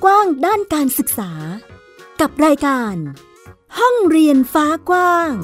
ากว้างด้านการศึกษากับรายการห้องเรียนฟ้ากว้าง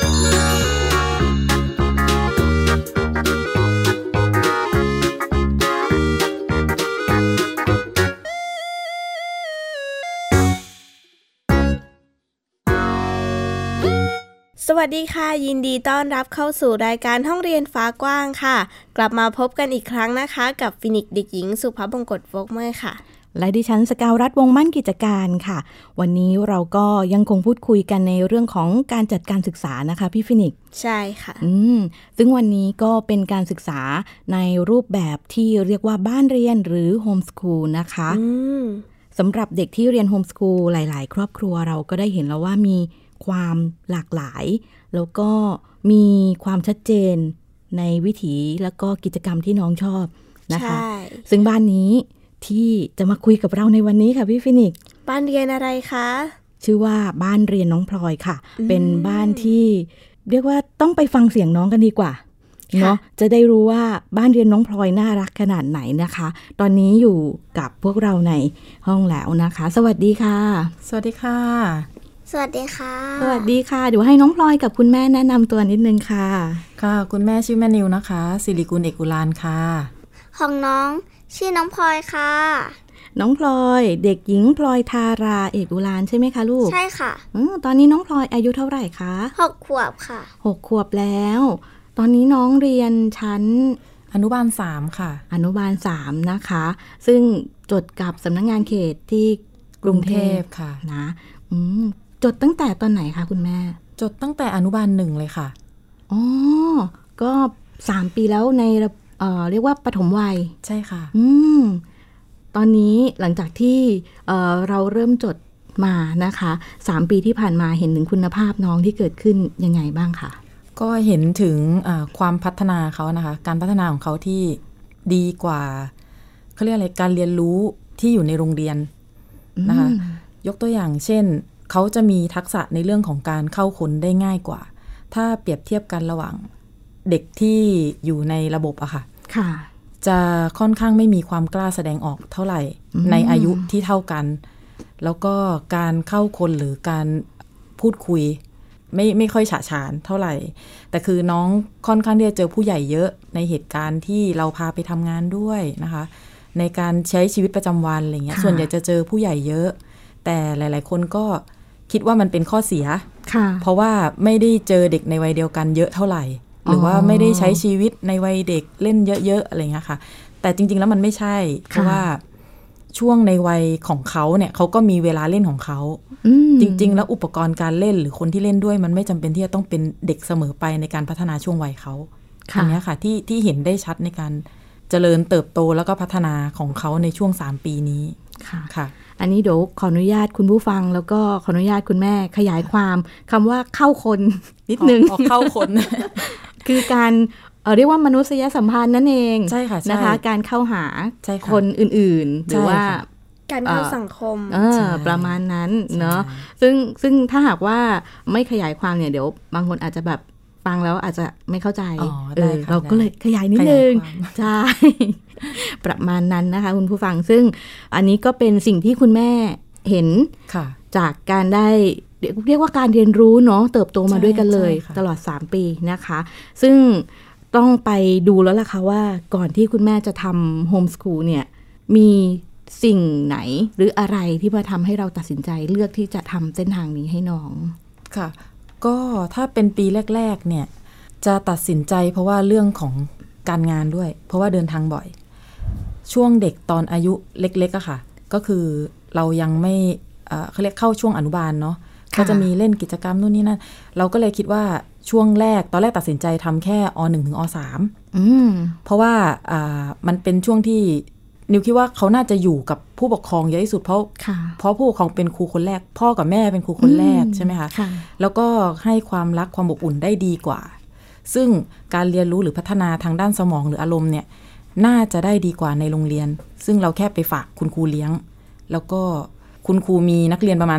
สวัสดีค่ะยินดีต้อนรับเข้าสู่รายการห้องเรียนฟ้ากว้างค่ะกลับมาพบกันอีกครั้งนะคะกับฟินิกเด็กหญิงสุภาพบงกตโฟกเมอร์ค่ะและดิฉันสกาวรัตน์วงมั่นกิจการค่ะวันนี้เราก็ยังคงพูดคุยกันในเรื่องของการจัดการศึกษานะคะพี่ฟินิกใช่ค่ะซึ่งวันนี้ก็เป็นการศึกษาในรูปแบบที่เรียกว่าบ้านเรียนหรือโฮมสคูลนะคะสำหรับเด็กที่เรียนโฮมสคูลหลายๆครอบครัวเราก็ได้เห็นแล้วว่ามีความหลากหลายแล้วก็มีความชัดเจนในวิถีแล้วก็กิจกรรมที่น้องชอบนะคะซึ่งบ้านนี้ที่จะมาคุยกับเราในวันนี้ค่ะพี่ฟินิกบ้านเรียนอะไรคะชื่อว่าบ้านเรียนน้องพลอยค่ะเป็นบ้านที่เรียกว่าต้องไปฟังเสียงน้องกันดีกว่าเนาะจะได้รู้ว่าบ้านเรียนน้องพลอยน่ารักขนาดไหนนะคะตอนนี้อยู่กับพวกเราในห้องแล้วนะคะสวัสดีค่ะสวัสดีค่ะสวัสดีค่ะสวัสดีค่ะเดี๋ยวให้น้องพลอยกับคุณแม่แนะนำตัวนิดนึงค่ะค่ะคุณแม่ชื่อแม่นิวนะคะศิริกุลเอกอุลานค่ะของน้องชื่อน้องพลอยค่ะน้องพลอยเด็กหญิงพลอยทาราเอกอุลานใช่ไหมคะลูกใช่ค่ะตอนนี้น้องพลอยอายุเท่าไหร่คะ 6 ขวบค่ะ 6 ขวบแล้วตอนนี้น้องเรียนชั้นอนุบาล3ค่ะอนุบาล3นะคะซึ่งจดกับสำนักงานเขตที่กรุงเทพค่ะนะจดตั้งแต่ตอนไหนคะคุณแม่จดตั้งแต่อนุบาล1เลยค่ะอ๋อก็3 ปีแล้วในเรียกว่าปฐมวัยใช่ค่ะตอนนี้หลังจากที่เราเริ่มจดมานะคะ3 ปีที่ผ่านมาเห็นถึงคุณภาพน้องที่เกิดขึ้นยังไงบ้างคะก็เห็นถึงความพัฒนาเขานะคะการพัฒนาของเขาที่ดีกว่าเขาเรียกอะไรการเรียนรู้ที่อยู่ในโรงเรียนนะคะยกตัวอย่างเช่นเขาจะมีทักษะในเรื่องของการเข้าค้นได้ง่ายกว่าถ้าเปรียบเทียบกันระหว่างเด็กที่อยู่ในระบบอะค่ะจะค่อนข้างไม่มีความกล้าแสดงออกเท่าไหร่ในอายุที่เท่ากันแล้วก็การเข้าคนหรือการพูดคุยไม่ค่อยฉะฉานเท่าไหร่แต่คือน้องค่อนข้างที่จะเจอผู้ใหญ่เยอะในเหตุการณ์ที่เราพาไปทำงานด้วยนะคะในการใช้ชีวิตประจำวันอะไรเงี้ยส่วนใหญ่จะเจอผู้ใหญ่เยอะแต่หลายๆคนก็คิดว่ามันเป็นข้อเสียเพราะว่าไม่ได้เจอเด็กในวัยเดียวกันเยอะเท่าไหร่หรือว่าไม่ได้ใช้ชีวิตในวัยเด็กเล่นเยอะๆอะไรเงี้ยค่ะแต่จริงๆแล้วมันไม่ใช่เพราะว่าช่วงในวัยของเขาเนี่ยเขาก็มีเวลาเล่นของเขาจริงๆแล้วอุปกรณ์การเล่นหรือคนที่เล่นด้วยมันไม่จำเป็นที่จะต้องเป็นเด็กเสมอไปในการพัฒนาช่วงวัยเขาอันนี้ค่ะที่เห็นได้ชัดในการเจริญเติบโตแล้วก็พัฒนาของเขาในช่วง3 ปีนี้ค่ะอันนี้เดี๋ยวขออนุญาตคุณผู้ฟังแล้วก็ขออนุญาตคุณแม่ขยายความคำว่าเข้าคนนิดนึงเข้าคนคือการเรียกว่ามนุษยสัมพันธ์นั่นเองใช่ค่ะนะคะการเข้าหาคนอื่นๆหรือว่าการเข้าสังคมประมาณนั้นเนาะซึ่งถ้าหากว่าไม่ขยายความเนี่ยเดี๋ยวบางคนอาจจะแบบฟังแล้วอาจจะไม่เข้าใจเราก็เลยขยายนิดนึงใช่ประมาณนั้นนะคะคุณผู้ฟังซึ่งอันนี้ก็เป็นสิ่งที่คุณแม่เห็นจากการได้เรียกว่าการเรียนรู้เนาะเติบโตมาด้วยกันเลยตลอด3 ปีนะคะซึ่งต้องไปดูแล้วล่ะค่ะว่าก่อนที่คุณแม่จะทำโฮมสคูลเนี่ยมีสิ่งไหนหรืออะไรที่มาทำให้เราตัดสินใจเลือกที่จะทำเส้นทางนี้ให้น้องค่ะก็ถ้าเป็นปีแรกๆเนี่ยจะตัดสินใจเพราะว่าเรื่องของการงานด้วยเพราะว่าเดินทางบ่อยช่วงเด็กตอนอายุเล็กๆอะค่ะก็คือเรายังไม่เขาเรียกเข้าช่วงอนุบาลเนาะก็จะมีเล่นกิจกรรมนู่นนี่นั่นเราก็เลยคิดว่าช่วงแรกตอนแรกตัดสินใจทำแค่อ.1 ถึงอ.3 เพราะว่ามันเป็นช่วงที่นิวคิดว่าเขาน่าจะอยู่กับผู้ปกครองเยอะที่สุดเพราะผู้ปกครองเป็นครูคนแรกพ่อกับแม่เป็นครูคนแรกใช่ไหมคะแล้วก็ให้ความรักความอบอุ่นได้ดีกว่าซึ่งการเรียนรู้หรือพัฒนาทางด้านสมองหรืออารมณ์เนี่ยน่าจะได้ดีกว่าในโรงเรียนซึ่งเราแค่ไปฝากคุณครูเลี้ยงแล้วก็คุณครูมีนักเรียนประมาณ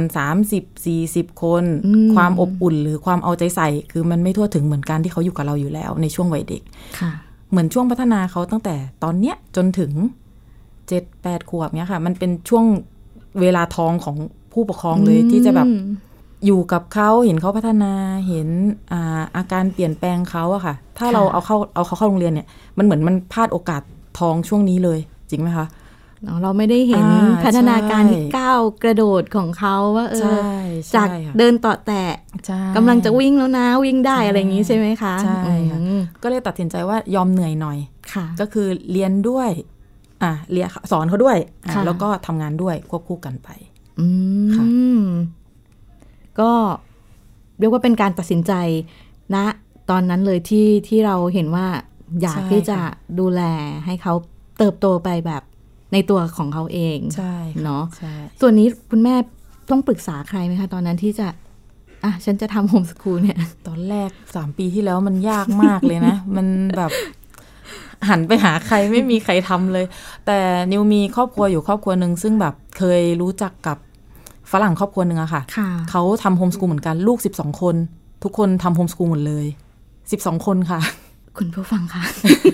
30-40 คนความอบอุ่นหรือความเอาใจใส่คือมันไม่ทั่วถึงเหมือนกันที่เขาอยู่กับเราอยู่แล้วในช่วงวัยเด็กเหมือนช่วงพัฒนาเขาตั้งแต่ตอนเนี้ยจนถึง7-8 ขวบเนี้ยค่ะมันเป็นช่วงเวลาทองของผู้ปกครองเลยที่จะแบบอยู่กับเขาเห็นเขาพัฒนาเห็นอาการเปลี่ยนแปลงเขาอะค่ะถ้าเราเอาเขาเข้าโรงเรียนเนี่ยมันเหมือนมันพลาดโอกาสทองช่วงนี้เลยจริงไหมคะเราไม่ได้เห็นพัฒนาการที่ก้าวกระโดดของเขาว่าจากเดินต่อแตะกำลังจะวิ่งแล้วนะวิ่งได้อะไรอย่างนี้ใช่ไหมคะใช่ค่ะก็เลยตัดสินใจว่ายอมเหนื่อยหน่อยก็คือเรียนด้วยเรียนสอนเขาด้วยแล้วก็ทำงานด้วยควบคู่กันไปค่ะก็เรียกว่าเป็นการตัดสินใจณตอนนั้นเลยที่เราเห็นว่าอยากที่จะดูแลให้เขาเติบโตไปแบบในตัวของเขาเองเนาะส่วนนี้คุณแม่ต้องปรึกษาใครไหมคะตอนนั้นที่จะฉันจะทำโฮมสคูลเนี่ยตอนแรก3 ปีที่แล้วมันยากมากเลยนะ มันแบบหันไปหาใครไม่มีใครทำเลยแต่นิวมีครอบครัวอยู่ครอบครัวหนึ่งซึ่งแบบเคยรู้จักกับฝรั่งครอบครัวหนึ่งอะค่ะเขาทำโฮมสคูลเหมือนกันลูก12 คนทุกคนทำโฮมสคูลหมดเลย12 คนค่ะคุณผู้ฟังค่ะ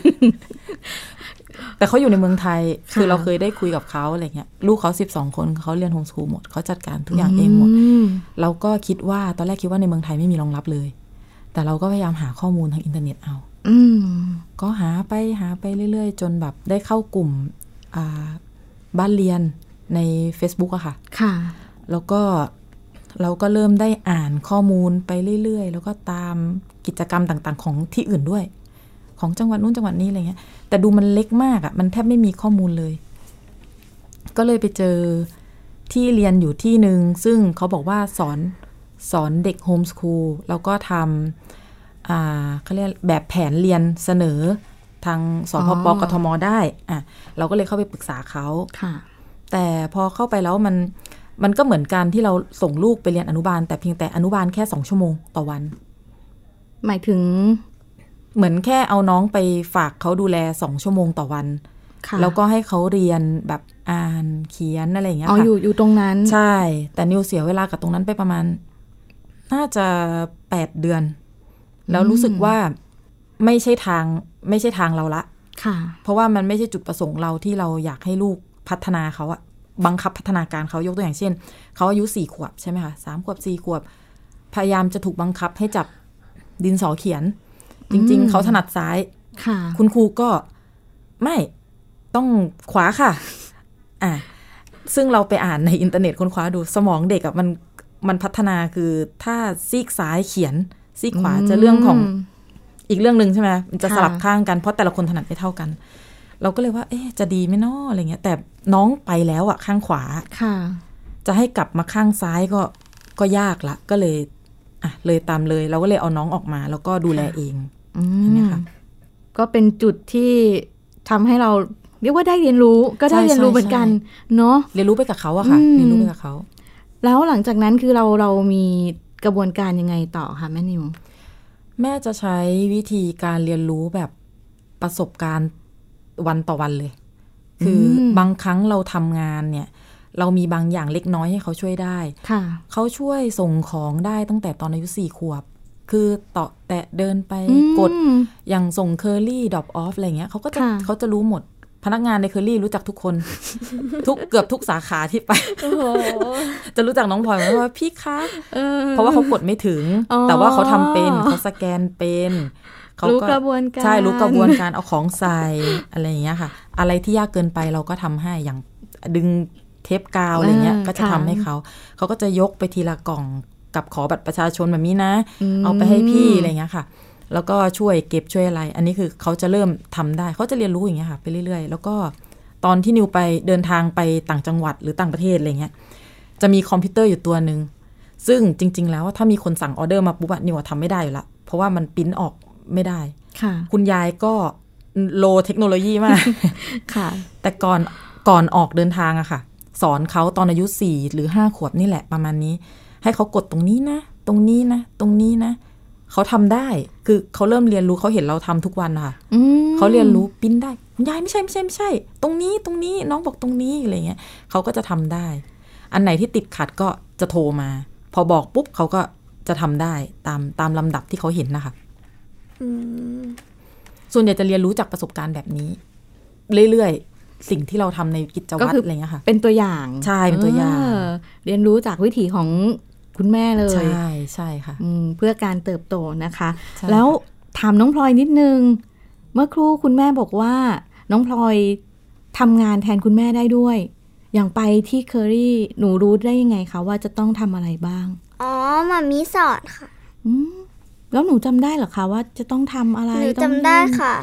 แต่เขาอยู่ในเมืองไทยคือเราเคยได้คุยกับเขาอะไรเงี้ยลูกเขา12 คนเขาเรียนโฮมสคูลหมดเขาจัดการทุกอย่างเองหมดเราก็คิดว่าตอนแรกคิดว่าในเมืองไทยไม่มีรองรับเลยแต่เราก็พยายามหาข้อมูลทางอินเทอร์เน็ตเอาก็หาไปเรื่อยๆจนแบบได้เข้ากลุ่มบ้านเรียนใน Facebook อะค่ะแล้วก็เราก็เริ่มได้อ่านข้อมูลไปเรื่อยๆแล้วก็ตามกิจกรรมต่างๆของที่อื่นด้วยของจังหวัดนู้นจังหวัดนี้อะไรเงี้ยแต่ดูมันเล็กมากอะมันแทบไม่มีข้อมูลเลยก็เลยไปเจอที่เรียนอยู่ที่นึงซึ่งเขาบอกว่าสอนเด็กโฮมสคูลแล้วก็ทำเขาเรียกแบบแผนเรียนเสนอทางสพป.กทม.ได้เราก็เลยเข้าไปปรึกษาเขาแต่พอเข้าไปแล้วมันก็เหมือนกันที่เราส่งลูกไปเรียนอนุบาลแต่เพียงแต่อนุบาลแค่2 ชั่วโมงต่อวันหมายถึงเหมือนแค่เอาน้องไปฝากเขาดูแล2 ชั่วโมงต่อวันแล้วก็ให้เขาเรียนแบบอ่านเขียนอะไรอย่างเงี้ยค่ะอยู่ตรงนั้นใช่แต่นิวเสียเวลากับตรงนั้นไปประมาณน่าจะ8 เดือนแล้วรู้สึกว่าไม่ใช่ทางเราละเพราะว่ามันไม่ใช่จุดประสงค์เราที่เราอยากให้ลูกพัฒนาเขาอะบังคับพัฒนาการเขายกตัวอย่างเช่นเขาอายุ4 ขวบใช่ไหมคะ3 ขวบ4 ขวบพยายามจะถูกบังคับให้จับดินสอเขียนจริงๆเขาถนัดซ้ายคุณครูก็ไม่ต้องขวาค่ะซึ่งเราไปอ่านในอินเทอร์เน็ตค้นคว้าดูสมองเด็กอะมันพัฒนาคือถ้าซีกซ้ายเขียนซีกขวาจะเรื่องของอีกเรื่องนึงใช่ไหมมันจะสลับข้างกันเพราะแต่ละคนถนัดไม่เท่ากันเราก็เลยว่าจะดีไหมน้ออะไรเงี้ยแต่น้องไปแล้วอะข้างขวาจะให้กลับมาข้างซ้ายก็ยากละก็เลยเลยตามเลยเราก็เลยเอาน้องออกมาแล้วก็ดูแลเองนี่ค่ะก็เป็นจุดที่ทำให้เราเรียกว่าได้เรียนรู้ก็ได้เรียนรู้เหมือนกันเนาะเรียนรู้ไปกับเขาอะค่ะเรียนรู้ไปกับเขาแล้วหลังจากนั้นคือเรามีกระบวนการยังไงต่อคะแม่นิวแม่จะใช้วิธีการเรียนรู้แบบประสบการณ์วันต่อวันเลยคือบางครั้งเราทำงานเนี่ยเรามีบางอย่างเล็กน้อยให้เขาช่วยได้เขาช่วยส่งของได้ตั้งแต่ตอนอายุ4 ขวบคือต่อแตะเดินไปกดอย่างส่งเคอรี่ดรอปออฟอะไรเงี้ยเขาจะรู้หมดพนักงานในเคอรี่รู้จักทุกคน เกือบทุกสาขาที่ไปจะรู้จักน้องพลอยว่าพี่คะเพราะว่าเขากดไม่ถึงแต่ว่าเขาทำเป็นเขาสแกนเป็นรู้กระบวนการใช่รู้กระบวนการเอาของใส่อะไรอย่างเงี้ยค่ะอะไรที่ยากเกินไปเราก็ทำให้อย่างดึงเทปกาวอะไรเงี้ยก็จะทำให้เขาก็จะยกไปทีละกล่องกับขอบัตรประชาชนแบบนี้นะเอาไปให้พี่อะไรเงี้ยค่ะแล้วก็ช่วยเก็บช่วยอะไรอันนี้คือเขาจะเริ่มทำได้เขาจะเรียนรู้อย่างเงี้ยค่ะไปเรื่อยๆแล้วก็ตอนที่นิวไปเดินทางไปต่างจังหวัดหรือต่างประเทศอะไรเงี้ยจะมีคอมพิวเตอร์อยู่ตัวนึงซึ่งจริงๆแล้วถ้ามีคนสั่งออเดอร์มาปุ๊บนิวทำไม่ได้อยู่ละเพราะว่ามันปริ้นออกไม่ได้คุณยายก็โลเทคโนโลยีมากแต่ก่อนออกเดินทางอะค่ะสอนเขาตอนอายุ4 หรือ 5 ขวบนี่แหละประมาณนี้ให้เขากดตรงนี้นะตรงนี้นะตรงนี้นะเขาทำได้คือเขาเริ่มเรียนรู้เขาเห็นเราทำทุกวันค่ะเขาเรียนรู้ปริ้นได้ยายไม่ใช่ตรงนี้น้องบอกตรงนี้อะไรเงี้ยเขาก็จะทำได้อันไหนที่ติดขัดก็จะโทรมาพอบอกปุ๊บเขาก็จะทำได้ตามลำดับที่เขาเห็นนะคะส่วนใหญ่จะเรียนรู้จากประสบการณ์แบบนี้เรื่อยสิ่งที่เราทำในกิจวัตรอะไรเงี้ยค่ะเป็นตัวอย่างใช่เป็นตัวอย่างเรียนรู้จากวิถีของคุณแม่เลยใช่ค่ะเพื่อการเติบโตนะคะแล้วถามน้องพลอยนิดนึงเมื่อครู่คุณแม่บอกว่าน้องพลอยทำงานแทนคุณแม่ได้ด้วยอย่างไปที่เคอรี่หนูรู้ได้ยังไงคะว่าจะต้องทำอะไรบ้างมามีสอนค่ะแล้วหนูจำได้เหรอคะว่าจะต้องทำอะไรหนูจำได้ค่ะ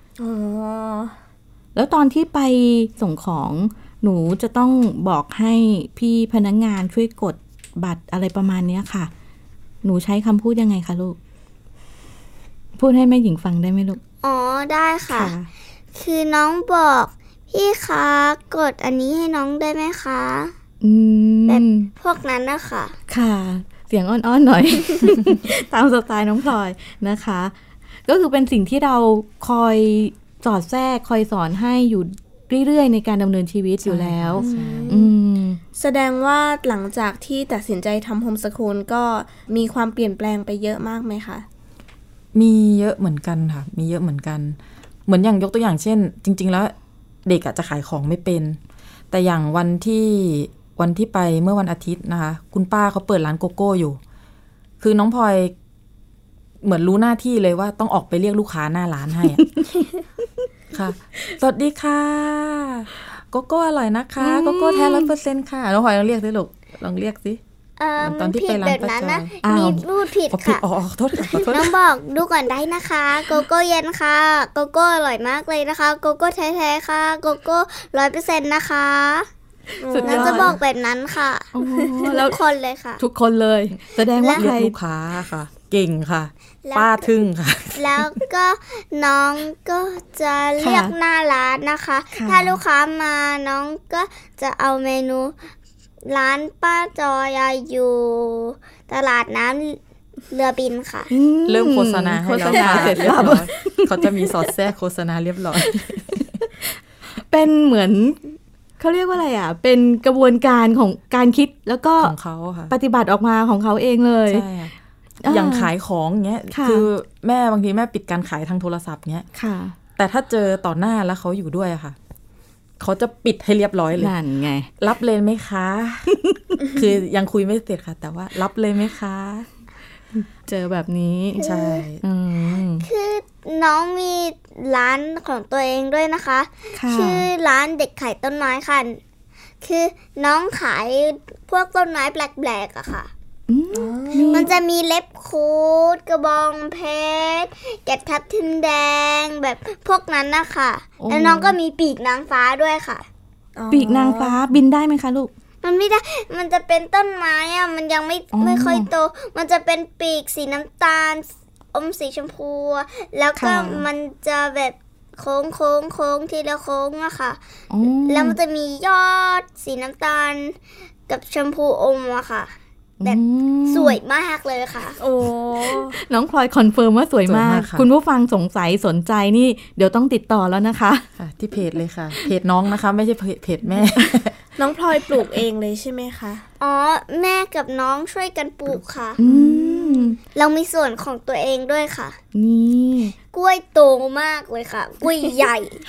แล้วตอนที่ไปส่งของหนูจะต้องบอกให้พี่พนักงานช่วยกดบัตรอะไรประมาณนี้ค่ะหนูใช้คำพูดยังไงคะลูกพูดให้แม่หญิงฟังได้ไหมลูกได้ค่ะคือน้องบอกพี่คะกดอันนี้ให้น้องได้ไหมคะแบบพวกนั้นนะคะค่ะเสียงอ่อนๆหน่อย ตามสไตล์น้องพลอยนะคะก็คือเป็นสิ่งที่เราคอยสอดแทรกคอยสอนให้อยู่เรื่อยๆในการดำเนินชีวิตอยู่แล้วแสดงว่าหลังจากที่ตัดสินใจทำโฮมสคูลก็มีความเปลี่ยนแปลงไปเยอะมากไหมคะมีเยอะเหมือนกันค่ะมีเยอะเหมือนกันเหมือนอย่างยกตัวอย่างเช่นจริงๆแล้วเด็กจะขายของไม่เป็นแต่อย่างวันที่ไปเมื่อวันอาทิตย์นะคะคุณป้าเขาเปิดร้านโกโก้อยู่คือน้องพลอยเหมือนรู้หน้าที่เลยว่าต้องออกไปเรียกลูกค้าหน้าร้านให้ ค่ะสวัสดีค่ะโกโก้อร่อยนะคะโกโก้แท้ 100% ค่ะน้องพลอยลองเรียกสิลูกลองเรียกสิตอนที่ไปร้านป้าจอยมีพูดผิดค่ะขอโทษน้องบอกดูก่อนได้นะคะโกโก้เย็นค่ะโกโก้อร่อยมากเลยนะคะโกโก้แท้ๆค่ะโกโก้ 100% นะคะน่าจะบอกแบบนั้นค่ะทุกคนเลยค่ะทุกคนเลยแสดงว่าใครลูกค้าค่ะเก่งค่ะป้าทึ่งค่ะแล้วก็น้องก็จะเรียกหน้าร้านนะคะถ้าลูกค้ามาน้องก็จะเอาเมนูร้านป้าจอยอยู่ตลาดน้ำเรือบินค่ะเริ่มโฆษณาให้แล้วเสร็จแล้วเขาจะมีสอดแทรกโฆษณาเรียบร้อยเป็นเหมือนเขาเรียกว่าอะไรอ่ะเป็นกระบวนการของการคิดแล้วก็ของเขาค่ะปฏิบัติออกมาของเขาเองเลยใช่อย่างขายของเงี้ยคือแม่บางทีแม่ปิดการขายทางโทรศัพท์เงี้ยแต่ถ้าเจอต่อหน้าแล้วเขาอยู่ด้วยอะค่ะเขาจะปิดให้เรียบร้อยเลยนั่นไงรับเลยไหมคะ คือยังคุยไม่เสร็จค่ะแต่ว่ารับเลยไหมคะเจอแบบนี้ใช่คือน้องมีร้านของตัวเองด้วยนะคะชื่อร้านเด็กขายต้นไม้ค่ะคือน้องขายพวกต้นไม้แปลกๆอะค่ะมันจะมีเล็บคูดกระบองเพชรแกะทับทิมแดงแบบพวกนั้นนะคะแล้วน้องก็มีปีกนางฟ้าด้วยค่ะปีกนางฟ้าบินได้ไหมคะลูกมันไม่ได้มันจะเป็นต้นไม้อะมันยังไม่ค่อยโตมันจะเป็นปีกสีน้ำตาลอมสีชมพูแล้วก็มันจะแบบโค้งโค้งโค้งทีละโค้งอะค่ะแล้วมันจะมียอดสีน้ำตาลกับชมพูอมอะค่ะแบบสวยมากเลยค่ะโอ้น้องพลอยคอนเฟิร์มว่าสวยมากคุณผู้ฟังสงสัยสนใจนี่เดี๋ยวต้องติดต่อแล้วนะคะที่เพจเลยค่ะเพจน้องนะคะไม่ใช่เพจแม่น้องพลอยปลูกเองเลยใช่ไหมคะแม่กับน้องช่วยกันปลูกค่ะเรามีส่วนของตัวเองด้วยค่ะนี่กล้วยโตมากเลยค่ะกล้วยใหญ่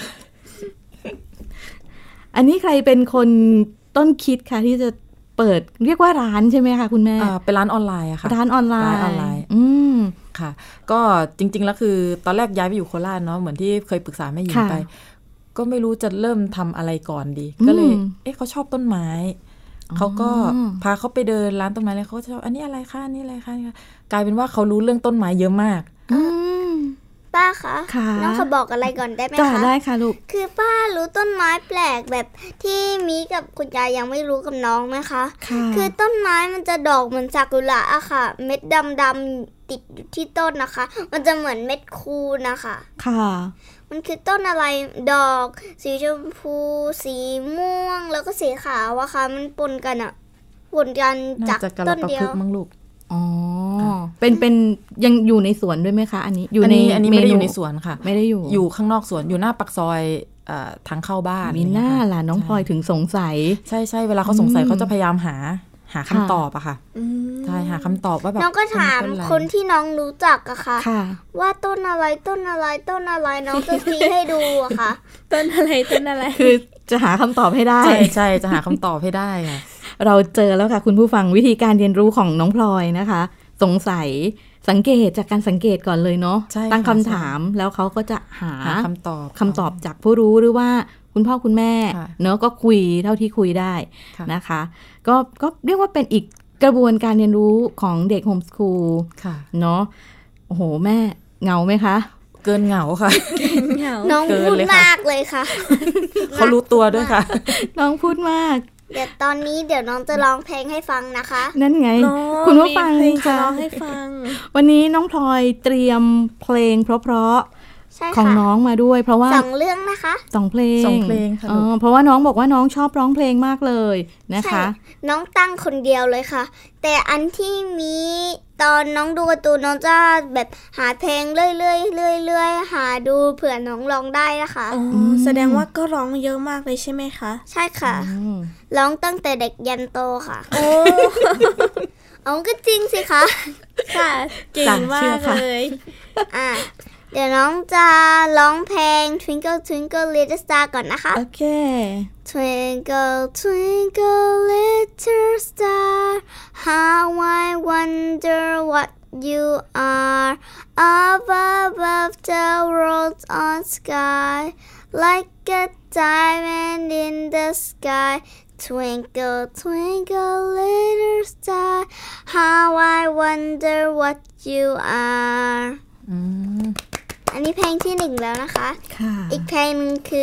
อันนี้ใครเป็นคนต้นคิดค่ะที่จะเปิดเรียกว่าร้านใช่ไหมคะคุณแม่เป็นร้านออนไลน์อะค่ะร้านออนไลน์ค่ะก็จริงๆแล้วคือตอนแรกย้ายไปอยู่โคราชเนาะเหมือนที่เคยปรึกษาแม่หญิงไปก็ไม่รู้จะเริ่มทำอะไรก่อนดีก็เลยเขาชอบต้นไม้เขาก็พาเขาไปเดินร้านต้นไม้เลยเขาชอบอันนี้อะไรคะอันนี้อะไรคะกลายเป็นว่าเขารู้เรื่องต้นไม้เยอะมากป้าคะน้องขอบอกอะไรก่อนได้ไหมคะได้ค่ะลูกคือป้ารู้ต้นไม้แปลกแบบที่มีกับคุณยายยังไม่รู้กับน้องไหมคะคือต้นไม้มันจะดอกเหมือนซากุระอะค่ะเม็ดดำๆติดอยู่ที่ต้นนะคะมันจะเหมือนเม็ดคูนะคะค่ะมันคือต้นอะไรดอกสีชมพูสีม่วงแล้วก็สีขาวอะค่ะมันปนกันอะปนกันจากต้นเดียวมั้งลูกเป็นยังอยู่ในสวนด้วยไหมคะอันนี้อยู่ในอันนี้ไม่ได้อยู่ในสวนค่ะไม่ได้อยู่ข้างนอกสวนอยู่หน้าปากซอยทางเข้าบ้านมีหน้าล่ะน้องพลอยถึงสงสัยใช่เวลาเขาสงสัยเขาจะพยายามหาหาคำตอบอะค่ะใช่หาคำตอบว่าแบบน้องก็ถามคนที่น้องรู้จักอะค่ะ ว่าต้นอะไรต้นอะไรต้นอะไรน้องจะชี้ให้ดูอะค่ะต้นอะไรต้นอะไรคือจะหาคำตอบให้ได้ใช่จะหาคำตอบให้ได้ค่ะเราเจอแล้วค่ะคุณผู้ฟังวิธีการเรียนรู้ของน้องพลอยนะคะสงสัยสังเกตจากการสังเกตก่อนเลยเนาะตั้งคำถามแล้วเขาก็จะหาคำตอบจากผู้รู้หรือว่าคุณพ่อคุณแม่เนาะก็คุยเท่าที่คุยได้นะคะก็เรียกว่าเป็นอีกกระบวนการเรียนรู้ของเด็กโฮมสคูลเนาะโอ้โหแม่เหงาไหมคะเกินเหงาค่ะน้องพูดมากเลยค่ะเขารู้ตัวด้วยค่ะน้องพูดมากเดี๋ยวตอนนี้เดี๋ยวน้องจะร้องเพลงให้ฟังนะคะนั่นไงคุณผู้ฟังค่ะร้องให้ฟังวันนี้น้องพลอยเตรียมเพลงเพราะของน้องมาด้วยเพราะว่า 2 เรื่องนะคะ 2 เพลงค่ะเพราะว่าน้องบอกว่าน้องชอบร้องเพลงมากเลยนะคะน้องตั้งคนเดียวเลยค่ะแต่อันที่มีตอนน้องดูการ์ตูนน้องจะแบบหาเพลงเรื่อยๆหาดูเผื่อน้องร้องได้นะคะแสดงว่าก็ร้องเยอะมากเลยใช่ไหมคะใช่ค่ะร้องตั้งแต่เด็กยันโตค่ะโอ้เอาก็จริงสิคะค่ะเก่งมากเลยเดี๋ยวน้องจะร้องเพลง Twinkle Twinkle Little Star ก่อนนะคะโอเค Twinkle Twinkle Little Star How I wonder what you are Up above the world on sky Like a diamond in the sky Twinkle Twinkle Little Star How I wonder what you areอันนี้เพลงที่1แล้วนะคะอีกเพลงนึงคือ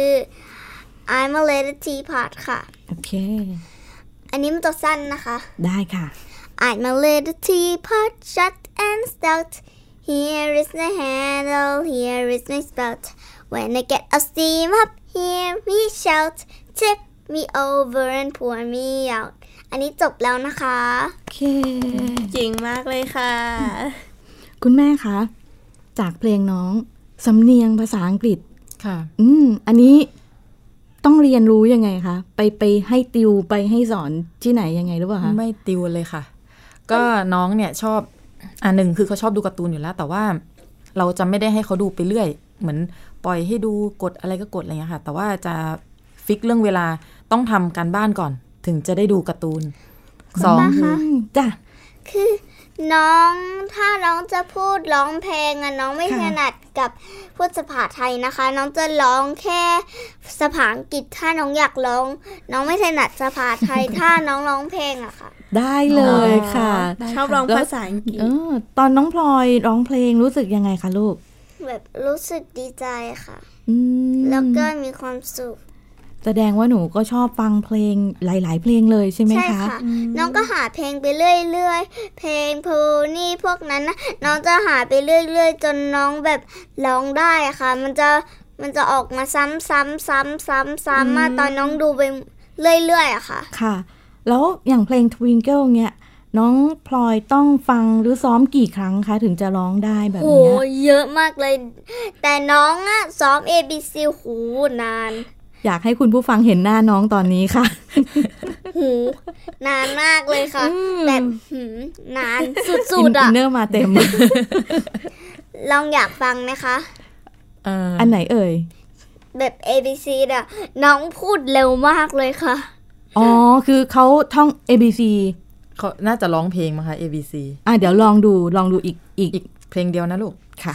I'm a little teapot ค่ะโอเคอันนี้มันจะสั้นนะคะได้ค่ะ I'm a little teapot shut and stout Here is the handle Here is my spout When I get a steam up Hear me shout Tip me over and pour me out อันนี้จบแล้วนะคะโอเคเจ๋งมากเลยค่ะคุณแม่คะจากเพลงน้องสำเนียงภาษาอังกฤษค่ะอันนี้ต้องเรียนรู้ยังไงคะไปให้ติวไปให้สอนที่ไหนยังไงหรือเปล่าคะไม่ติวเลยค่ะก็น้องเนี่ยชอบหนึ่งคือเขาชอบดูการ์ตูนอยู่แล้วแต่ว่าเราจะไม่ได้ให้เขาดูไปเรื่อยเหมือนปล่อยให้ดูกดอะไรก็กดอะไรอย่างเงี้ยค่ะแต่ว่าจะฟิกเรื่องเวลาต้องทำการบ้านก่อนถึงจะได้ดูการ์ตูนจ้ะคือน้องถ้าน้องจะพูดร้องเพลงน้องไม่ถนัดกับพูดภาษาไทยนะคะน้องจะร้องแค่ภาษาอังกฤษถ้าน้องอยากร้องน้องไม่ถนัดภาษาไทยถ้าน้องร้องเพลงอะค่ะได้เลยค่ะชอบร้องภาษาอังกฤษตอนน้องพลอยร้องเพลงรู้สึกยังไงคะลูกแบบรู้สึกดีใจค่ะแล้วก็มีความสุขแสดงว่าหนูก็ชอบฟังเพลงหลายๆเพลงเลยใช่ไหมคะใช่ค่ะน้องก็หาเพลงไปเรื่อยๆเพลงโพนี่พวกนั้นนะน้องจะหาไปเรื่อยๆจนน้องแบบร้องได้ค่ะมันจะออกมาซ้ำๆๆๆมาตอนน้องดูไปเรื่อยๆอะค่ะค่ะแล้วอย่างเพลง Twinkle เนี่ยน้องพลอยต้องฟังหรือซ้อมกี่ครั้งคะถึงจะร้องได้แบบนี้โอ้เยอะมากเลยแต่น้องอะซ้อม ABC หูนานอยากให้คุณผู้ฟังเห็นหน้าน้องตอนนี้ค่ะหูนานมากเลยค่ะแบบนานสุดๆอ่ะอินเนอร์มาเต็มลองอยากฟังไหมคะอันไหนเอ่ยแบบ ABC อ่ะน้องพูดเร็วมากเลยค่ะอ๋อคือเขาท่อง ABC เขาน่าจะร้องเพลงมั้งคะ ABC เดี๋ยวลองดูอีกเพลงเดียวนะลูกค่ะ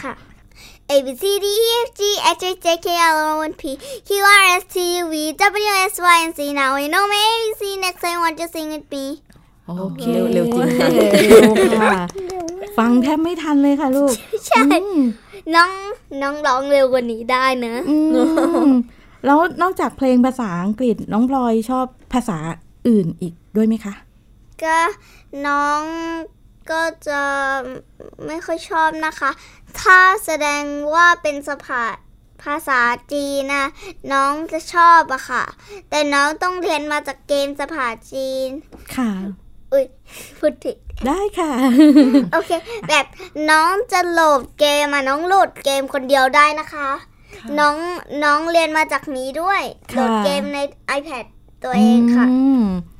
A B C D E F G H I J K L M N P Q R S T U V W X Y and Z Now I know my ABC next I want to sing it me โอเคเร็วจริงค่ะฟังแทบไม่ทันเลยค่ะลูกใช่น้องร้องเร็วกว่านี้ได้นะแล้วนอกจากเพลงภาษาอังกฤษน้องพลอยชอบภาษาอื่นอีกด้วยไหมคะก็น้องก็จะไม่ค่อยชอบนะคะถ้าแสดงว่าเป็นภาษาจีนนะน้องจะชอบอะค่ะแต่น้องต้องเรียนมาจากเกมภาษาจีนค่ะพูดผิดได้ค่ะโอเคแบบน้องจะโหลดเกมน้องโหลดเกมคนเดียวได้นะคะน้องเรียนมาจากนี้ด้วยโหลดเกมใน iPad ตัวเองค่ะ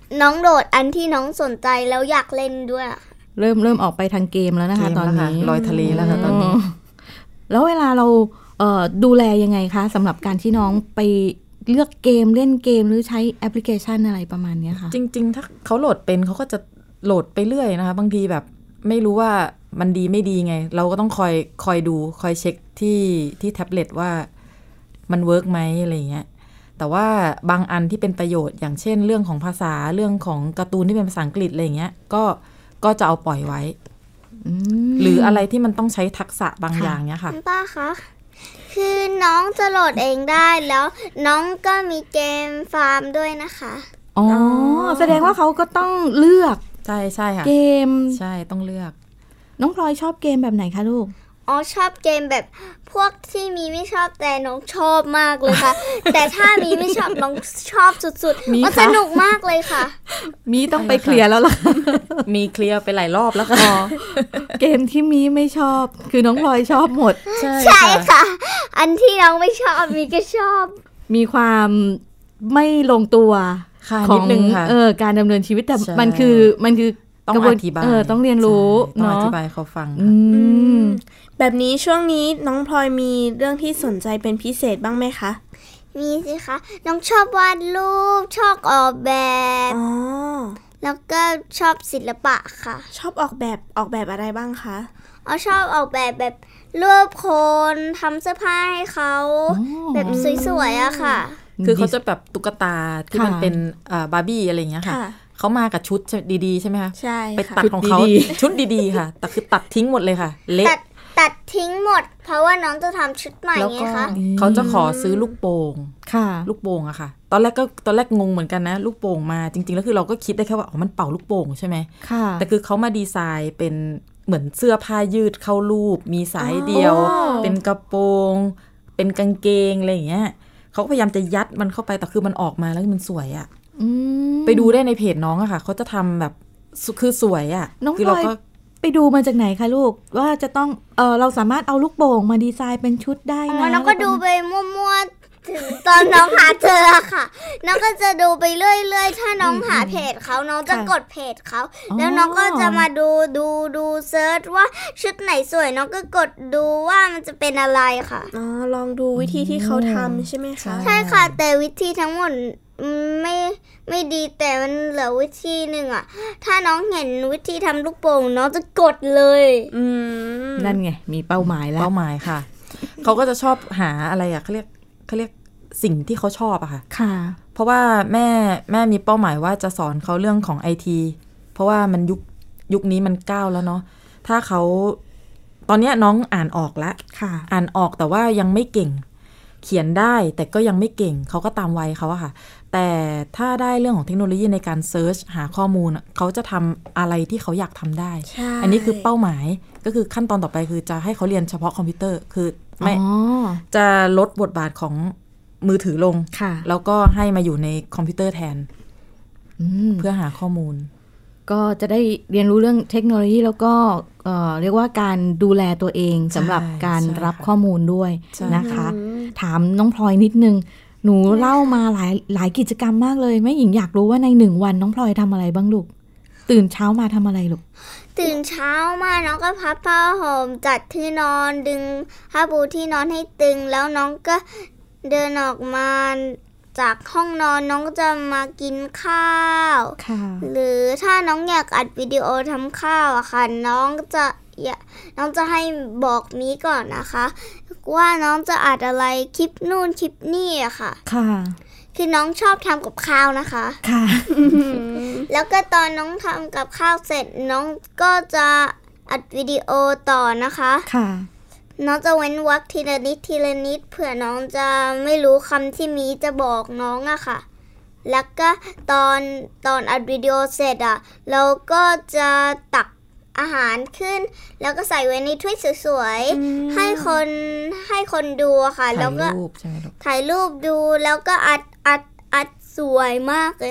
น้องโดดอันที่น้องสนใจแล้วอยากเล่นด้วยเริ่มออกไปทางเกมแล้วนะคะตอนนี้ลอยทะเลแล้วค่ะตอนนี้แล้วเวลาเราดูแลยังไงคะสำหรับการที่น้องไปเลือกเกมเล่นเกมหรือใช้แอปพลิเคชันอะไรประมาณนี้ค่ะจริงๆถ้าเขาโหลดเป็นเขาก็จะโหลดไปเรื่อยนะคะบางทีแบบไม่รู้ว่ามันดีไม่ดีไงเราก็ต้องคอยดูคอยเช็คที่แท็บเล็ตว่ามันเวิร์กไหมอะไรเงี้ยแต่ว่าบางอันที่เป็นประโยชน์อย่างเช่นเรื่องของภาษาเรื่องของการ์ตูนที่เป็นภาษาอังกฤษอะไรเงี้ยก็จะเอาปล่อยไว้หรืออะไรที่มันต้องใช้ทักษะบางอย่างเนี้ยค่ะป้าคะคือน้องจะโหลดเองได้แล้วน้องก็มีเกมฟาร์มด้วยนะคะอ๋อแสดงว่าเขาก็ต้องเลือกใช่ค่ะเกมใช่ต้องเลือกน้องพลอยชอบเกมแบบไหนคะลูกอ๋อชอบเกมแบบพวกที่มีไม่ชอบแต่น้องชอบมากเลยค่ะ แต่ถ้ามีไม่ชอบน้องชอบสุดๆมันสนุกมากเลยค่ะมีต้องไปเคลียร์แล้วล่ะมีเคลียร์ไปหลายรอบแล้วค่ะเกมที่มีไม่ชอบคือน้องพลอยชอบหมดใช่ค่ะอันที่น้องไม่ชอบมีก็ชอบมีความไม่ลงตัวของการดำเนินชีวิตแต่มันคือต้องอธิบายต้องเรียนรู้เนาะต้องอธิบายเขาฟังแบบนี้ช่วงนี้น้องพลอยมีเรื่องที่สนใจเป็นพิเศษบ้างไหมคะมีสิคะน้องชอบวาดรูปชอบออกแบบแล้วก็ชอบศิลปะค่ะชอบออกแบบอะไรบ้างคะชอบออกแบบรูปคนทำเสื้อผ้าให้เขาแบบสวยๆอะค่ะคือเขาจะแบบตุ๊กตาที่มันเป็นบาร์บี้อะไรอย่างเงี้ยค่ะเขามากับชุดดีๆใช่ไหมคะใช่ไปตัดของเขาชุดดีๆค่ะแต่คือตัดทิ้งหมดเลยค่ะเละตัดทิ้งหมดเพราะว่าน้องจะทำชุดใหม่ไงคะเขาจะขอซื้อลูกโป่งลูกโป่งอะค่ะตอนแรกงงเหมือนกันนะลูกโป่งมาจริงๆแล้วคือเราก็คิดได้แค่ว่าอ๋อมันเป่าลูกโป่งใช่ไหมแต่คือเขามาดีไซน์เป็นเหมือนเสื้อผ้ายืดเข้ารูปมีสายเดียวเป็นกระโปรงเป็นกางเกงอะไรอย่างเงี้ยเขาก็พยายามจะยัดมันเข้าไปแต่คือมันออกมาแล้วมันสวยอะไปดูได้ในเพจน้องอะค่ะเขาจะทำแบบคือสวยอะน้องพลอยไปดูมาจากไหนคะลูกว่าจะต้องเราสามารถเอาลูกโป่งมาดีไซน์เป็นชุดได้นะน้องก็ดูไปมั่วๆถึงตอนน้องหาเจอค่ะน้องก็จะดูไปเรื่อยๆถ้าน้องหาเพจเขาน้องจะกดเพจเขาแล้วน้องก็จะมาดูเซิร์ชว่าชุดไหนสวยน้องก็กดดูว่ามันจะเป็นอะไรค่ะลองดูวิธีที่เขาทำใช่ไหมคะใช่ค่ะแต่วิธีทั้งหมดไม่ดีแต่มันเหลือวิธีหนึ่งอ่ะถ้าน้องเห็นวิธีทำลูกโป่งน้องจะกดเลยนั่นไงมีเป้าหมายแล้วเป้าหมายค่ะ เขาก็จะชอบหาอะไรอ่ะเขาเรียกสิ่งที่เขาชอบอะค่ะเพราะว่าแม่มีเป้าหมายว่าจะสอนเขาเรื่องของ IT เพราะว่ามันยุคนี้มันก้าวแล้วเนาะถ้าเขาตอนนี้น้องอ่านออกแล้วอ่านออกแต่ว่ายังไม่เก่งเขียนได้แต่ก็ยังไม่เก่งเขาก็ตามวัยเขาอะค่ะแต่ถ้าได้เรื่องของเทคโนโลยีในการเซิร์ชหาข้อมูลเขาจะทำอะไรที่เขาอยากทำได้อันนี้คือเป้าหมายก็คือขั้นตอนต่อไปคือจะให้เขาเรียนเฉพาะคอมพิวเตอร์คือไม่จะลดบทบาทของมือถือลงแล้วก็ให้มาอยู่ในคอมพิวเตอร์แทนเพื่อหาข้อมูลก็จะได้เรียนรู้เรื่องเทคโนโลยีแล้วก็เรียกว่าการดูแลตัวเองสำหรับการรับข้อมูลด้วยนะคะถามน้องพลอยนิดนึงหนูเล่ามาหลายกิจกรรมมากเลยแม่หญิงอยากรู้ว่าใน1 วันน้องพลอยทำอะไรบ้างลูกตื่นเช้ามาทำอะไรลูกตื่นเช้ามาน้องก็พับผ้าห่มจัดที่นอนดึงผ้าปูที่นอนให้ตึงแล้วน้องก็เดินออกมาจากห้องนอนน้องก็จะมากินข้าวหรือถ้าน้องอยากอัดวิดีโอทำข้าวอะค่ะน้องจะให้บอกมีก่อนนะคะว่าน้องจะอัดอะไรคลิปนู่นคลิปนี่อะค่ะคือน้องชอบทำกับข้าวนะคะแล้วก็ตอนน้องทำกับข้าวเสร็จน้องก็จะอัดวิดีโอต่อนะคะน้องจะเว้นวรรคทีละนิดเผื่อน้องจะไม่รู้คำที่มีจะบอกน้องอะค่ะแล้วก็ตอนอัดวิดีโอเสร็จอะเราก็จะตักอาหารขึ้นแล้วก็ใส่ไว้ในถ้วยสวยๆให้คนดูค่ะแล้วก็ถ่ายรูปดูแล้วก็อัดสวยมากเลยค่ะ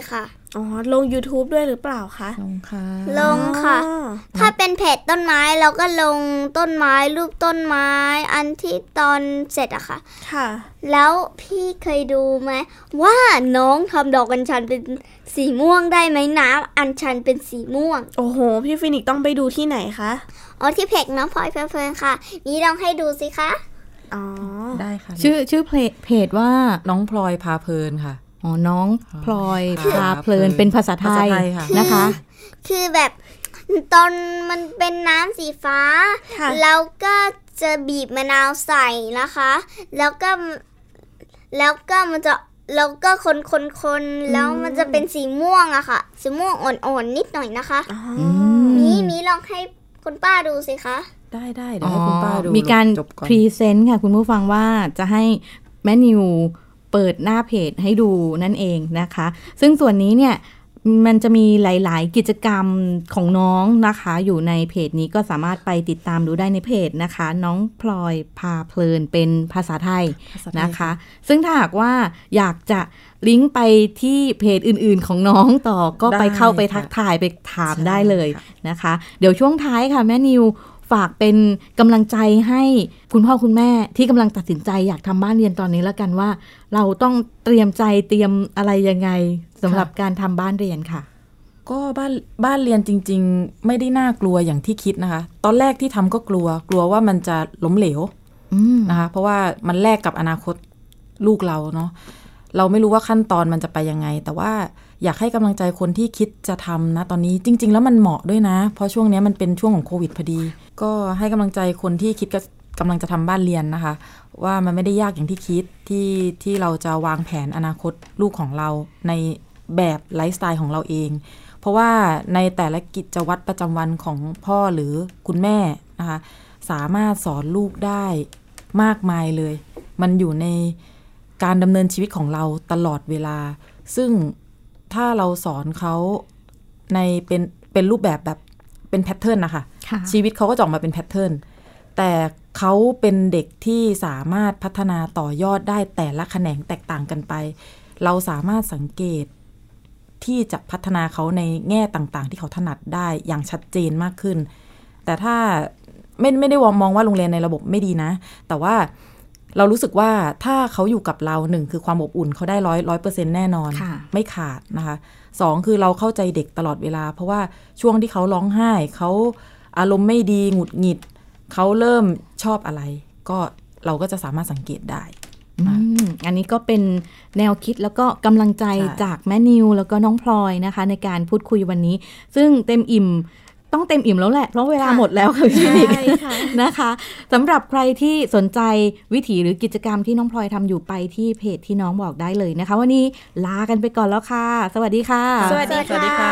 อ๋อลง YouTube ด้วยหรือเปล่าคะลงค่ะถ้าเป็นเพจต้นไม้เราก็ลงต้นไม้รูปต้นไม้อันที่ตอนเสร็จอะค่ะค่ะแล้วพี่เคยดูไหมว่าน้องทำดอกอัญชันเป็นสีม่วงได้ไหมน้ำอัญชันเป็นสีม่วงโอ้โหพี่ฟินิกต้องไปดูที่ไหนคะอ๋อที่เพจน้องพลอยเพลินค่ะนี่ลองให้ดูสิคะอ๋อได้ค่ะชื่อเพจว่าน้องพลอยพาเพลินค่ะอ๋อน้องพลอยพาเพลินเป็นภาษาไทยนะคะคือแบบตอนมันเป็นน้ำสีฟ้าแล้วก็จะบีบมะนาวใส่นะคะแล้วก็มันจะแล้วก็คนแล้วมันจะเป็นสีม่วงอะค่ะสีม่วงอ่อนๆนิดหน่อยนะคะมีลองให้คุณป้าดูสิคะได้เดี๋ยวให้คุณป้าดูมีการพรีเซนต์ค่ะคุณผู้ฟังว่าจะให้แม่นิวเปิดหน้าเพจให้ดูนั่นเองนะคะซึ่งส่วนนี้เนี่ยมันจะมีหลายๆกิจกรรมของน้องนะคะอยู่ในเพจนี้ก็สามารถไปติดตามดูได้ในเพจนะคะน้องพลอยพาเพลินเป็นภาษาไทยนะคะซึ่งถ้าหากว่าอยากจะลิงก์ไปที่เพจอื่นๆของน้องต่อก็ไปเข้าไปทักทายไปถามได้เลยนะคะเดี๋ยวช่วงท้ายค่ะแม่นิวฝากเป็นกำลังใจให้คุณพ่อคุณแม่ที่กำลังตัดสินใจอยากทำบ้านเรียนตอนนี้แล้วกันว่าเราต้องเตรียมใจเตรียมอะไรยังไงสำหรับการทำบ้านเรียนค่ะก็บ้านเรียนจริงๆไม่ได้น่ากลัวอย่างที่คิดนะคะตอนแรกที่ทำก็กลัวว่ามันจะล้มเหลวนะคะเพราะว่ามันแลกกับอนาคตลูกเราเนาะเราไม่รู้ว่าขั้นตอนมันจะไปยังไงแต่ว่าอยากให้กำลังใจคนที่คิดจะทำนะตอนนี้จริงๆแล้วมันเหมาะด้วยนะเพราะช่วงนี้มันเป็นช่วงของโควิดพอดีก็ให้กำลังใจคนที่คิดกำลังจะทำบ้านเรียนนะคะว่ามันไม่ได้ยากอย่างที่คิดที่เราจะวางแผนอนาคตลูกของเราในแบบไลฟ์สไตล์ของเราเองเพราะว่าในแต่ละกิจวัตรประจำวันของพ่อหรือคุณแม่นะคะสามารถสอนลูกได้มากมายเลยมันอยู่ในการดำเนินชีวิตของเราตลอดเวลาซึ่งถ้าเราสอนเขาในเป็นรูปแบบเป็นแพทเทิร์นนะคะชีวิตเขาก็จะออกมาเป็นแพทเทิร์นแต่เขาเป็นเด็กที่สามารถพัฒนาต่อยอดได้แต่ละแขนงแตกต่างกันไปเราสามารถสังเกตที่จะพัฒนาเขาในแง่ต่างๆที่เขาถนัดได้อย่างชัดเจนมากขึ้นแต่ถ้าไม่ได้มองว่าโรงเรียนในระบบไม่ดีนะแต่ว่าเรารู้สึกว่าถ้าเขาอยู่กับเราหนึ่งคือความอบอุ่นเขาได้100% แน่นอนไม่ขาดนะคะสองคือเราเข้าใจเด็กตลอดเวลาเพราะว่าช่วงที่เขาร้องไห้เขาอารมณ์ไม่ดีหงุดหงิดเขาเริ่มชอบอะไรก็เราก็จะสามารถสังเกตได้อันนี้ก็เป็นแนวคิดแล้วก็กำลังใจจากแม่นิวแล้วก็น้องพลอยนะคะในการพูดคุยวันนี้ซึ่งเต็มอิ่มต้องเต็มอิ่มแล้วแหละเพราะเวลาหมดแล้วค่ะพี่นิกนะคะสำหรับใครที่สนใจวิถีหรือกิจกรรมที่น้องพลอยทำอยู่ไปที่เพจที่น้องบอกได้เลยนะคะวันนี้ลากันไปก่อนแล้วค่ะสวัสดีค่ะสวัสดีค่ะ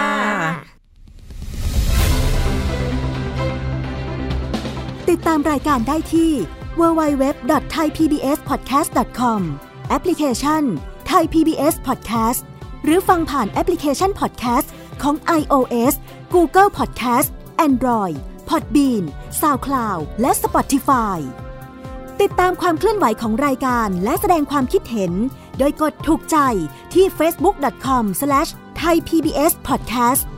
ติดตามรายการได้ที่ www.thaipbspodcast.com แอปพลิเคชัน Thai PBS Podcast หรือฟังผ่านแอปพลิเคชัน Podcast ของ iOS Google Podcast Android Podbean SoundCloud และ Spotify ติดตามความเคลื่อนไหวของรายการและแสดงความคิดเห็นโดยกดถูกใจที่ facebook.com/thaipbspodcast